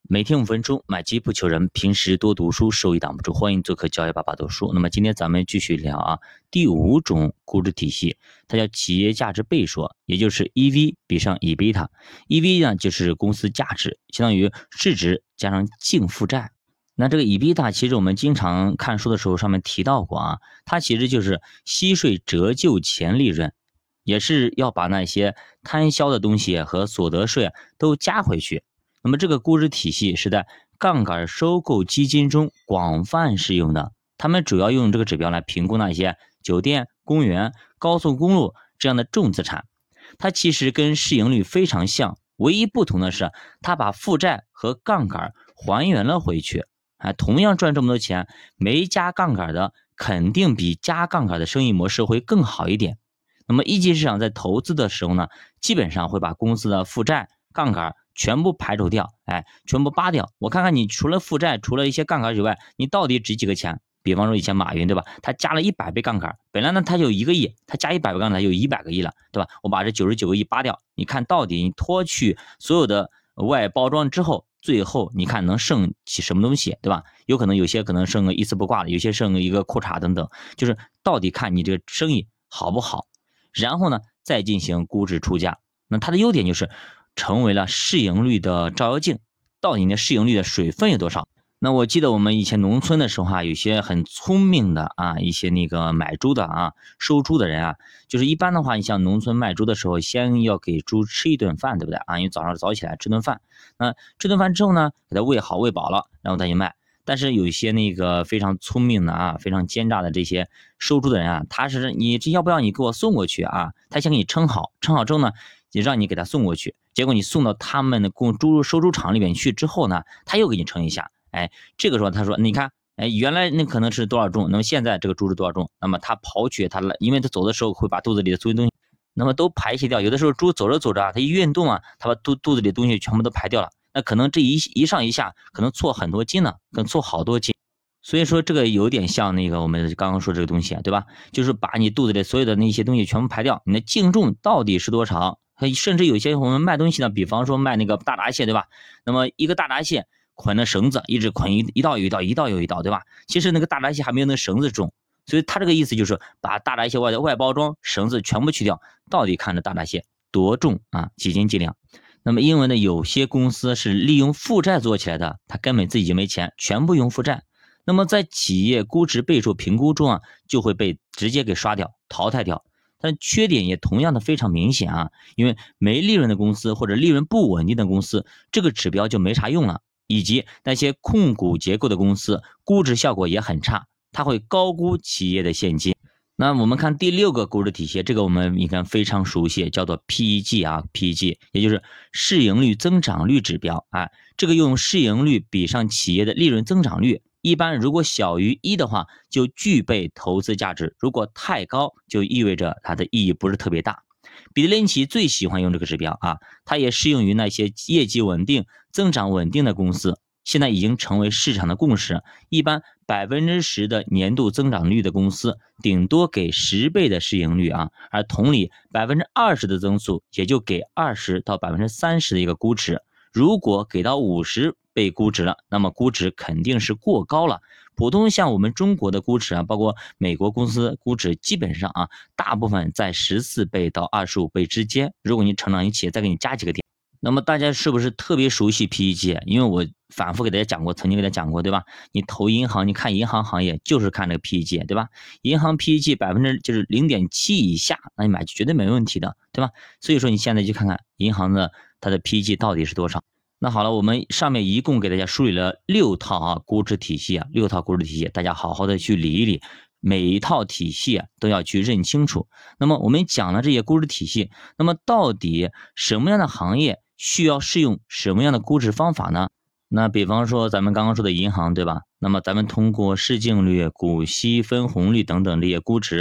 每天5分钟，买基不求人，平时多读书，收益挡不住。欢迎做客教育爸爸读书。那么今天咱们继续聊第5种估值体系，它叫企业价值倍数，也就是 EV 比上以贝塔。EV 呢就是公司价值，相当于市值加上净负债。那这个以贝塔其实我们经常看书的时候上面提到过它其实就是息税折旧前利润，也是要把那些摊销的东西和所得税都加回去。那么这个估值体系是在杠杆收购基金中广泛适用的，他们主要用这个指标来评估那些酒店、公园、高速公路这样的重资产。它其实跟市盈率非常像，唯一不同的是它把负债和杠杆还原了回去。同样赚这么多钱，没加杠杆的肯定比加杠杆的生意模式会更好一点。那么一级市场在投资的时候呢，基本上会把公司的负债、杠杆全部排除掉，全部扒掉。我看看你除了负债，除了一些杠杆以外，你到底值几个钱？比方说以前马云对吧，他加了100倍杠杆，本来呢他有1个亿，他加100倍杠杆有100个亿了，对吧？我把这99个亿扒掉，你看到底你脱去所有的外包装之后，最后你看能剩起什么东西，对吧？有可能有些可能剩个一丝不挂的，有些剩一个裤衩等等，就是到底看你这个生意好不好，然后呢再进行估值出价。那它的优点就是成为了市盈率的照妖镜，到底你的市盈率的水分有多少？那我记得我们以前农村的时候有些很聪明的一些那个买猪的收猪的人就是一般的话，你像农村卖猪的时候，先要给猪吃一顿饭，对不对因为早上早起来吃顿饭，那吃顿饭之后呢，给它喂好喂饱了，然后再去卖。但是有一些那个非常聪明的非常奸诈的这些收猪的人他是你这要不要你给我送过去他先给你称好之后呢，也让你给他送过去，结果你送到他们的收猪场里面去之后呢，他又给你称一下，这个时候他说你看原来那可能是多少重，那么现在这个猪是多少重，那么他刨去它了，因为他走的时候会把肚子里的所有东西那么都排泄掉，有的时候猪走着走着它一运动它把肚子里的东西全部都排掉了，那可能这一上一下可能错很多斤呢，可能错好多斤。所以说这个有点像那个我们刚刚说这个东西对吧，就是把你肚子里所有的那些东西全部排掉，你的净重到底是多少。甚至有些我们卖东西呢，比方说卖那个大闸蟹对吧，那么一个大闸蟹捆的绳子一直捆一道又一道一道又一道对吧，其实那个大闸蟹还没有那绳子重，所以他这个意思就是把大闸蟹外包装绳子全部去掉，到底看着大闸蟹多重几斤几两。那么因为呢有些公司是利用负债做起来的，他根本自己就没钱，全部用负债，那么在企业估值倍数评估中就会被直接给刷掉淘汰掉。但缺点也同样的非常明显因为没利润的公司或者利润不稳定的公司，这个指标就没啥用了，以及那些控股结构的公司估值效果也很差，它会高估企业的现金。那我们看第6个估值体系，这个我们应该非常熟悉，叫做 PEG，PEG 也就是市盈率增长率指标这个用市盈率比上企业的利润增长率，一般如果小于1的话就具备投资价值，如果太高就意味着它的意义不是特别大。彼得林奇最喜欢用这个指标它也适用于那些业绩稳定、增长稳定的公司，现在已经成为市场的共识，一般10%的年度增长率的公司顶多给10倍的市盈率而同理20%的增速也就给20%到30%的一个估值，如果给到50倍估值了，那么估值肯定是过高了。普通像我们中国的估值包括美国公司估值基本上大部分在14倍到25倍之间，如果你成长型企业再给你加几个点。那么大家是不是特别熟悉 PEG？ 因为我反复给大家讲过，曾经给大家讲过对吧，你投银行，你看银行行业就是看这个 PEG 对吧，银行 PEG 就是 0.7 以下，那你买绝对没问题的对吧。所以说你现在就看看银行的它的 PEG 到底是多少。那好了，我们上面一共给大家梳理了6套估值体系6套估值体系，大家好好的去理一理，每一套体系都要去认清楚。那么我们讲了这些估值体系，那么到底什么样的行业需要适用什么样的估值方法呢？那比方说咱们刚刚说的银行对吧，那么咱们通过市净率、股息、分红率等等这些估值，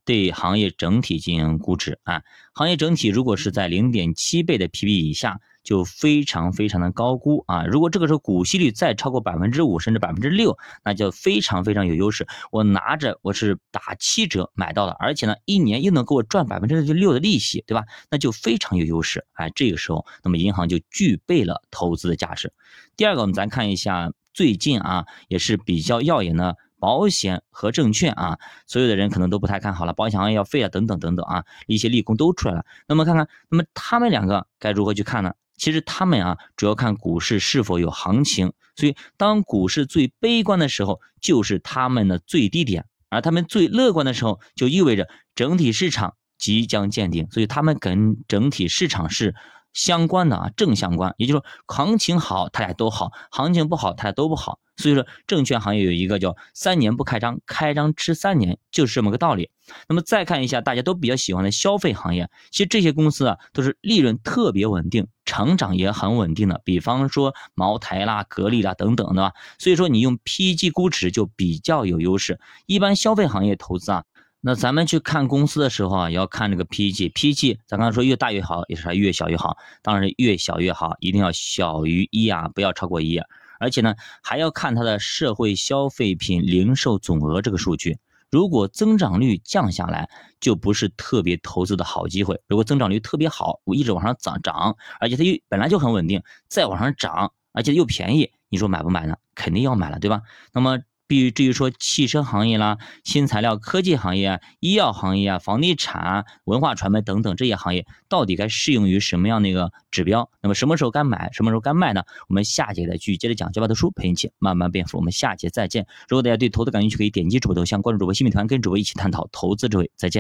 对行业整体进行估值啊。行业整体如果是在 0.7 倍的 PB 以下，就非常非常的高估啊。如果这个时候股息率再超过 5%甚至 6%，那就非常非常有优势。我拿着我是打7折买到了，而且呢一年又能给我赚 6% 的利息，对吧？那就非常有优势。哎，这个时候那么银行就具备了投资的价值。第二个，我们咱看一下最近啊也是比较耀眼的保险和证券啊，所有的人可能都不太看好了，保险行业要废啊，等等等等啊，一些利空都出来了。那么看看，那么他们两个该如何去看呢？其实他们啊，主要看股市是否有行情，所以当股市最悲观的时候，就是他们的最低点，而他们最乐观的时候，就意味着整体市场即将见顶，所以他们跟整体市场是相关的啊，正相关。也就是说，行情好，它俩都好；行情不好，它俩都不好。所以说，证券行业有一个叫3年不开张，开张吃3年，就是这么个道理。那么再看一下大家都比较喜欢的消费行业，其实这些公司啊都是利润特别稳定，成长也很稳定的，比方说茅台啦、格力啦等等的。所以说你用 PEG 估值就比较有优势。一般消费行业投资啊，那咱们去看公司的时候啊，也要看这个 PEG，咱刚才说越大越好，也是越小越好，当然是越小越好，一定要小于1啊，不要超过1。而且呢，还要看它的社会消费品零售总额这个数据。如果增长率降下来，就不是特别投资的好机会。如果增长率特别好，我一直往上涨，而且它又本来就很稳定，再往上涨，而且又便宜，你说买不买呢？肯定要买了，对吧？那么至于说汽车行业啦、新材料科技行业啊、医药行业啊、房地产啊、文化传媒等等这些行业，到底该适用于什么样的一个指标？那么什么时候该买，什么时候该卖呢？我们下节再继续接着讲，教爸读书陪你一起慢慢变富。我们下节再见。如果大家对投资感兴趣，可以点击主播头像关注主播新米团，跟主播一起探讨投资智慧。再见。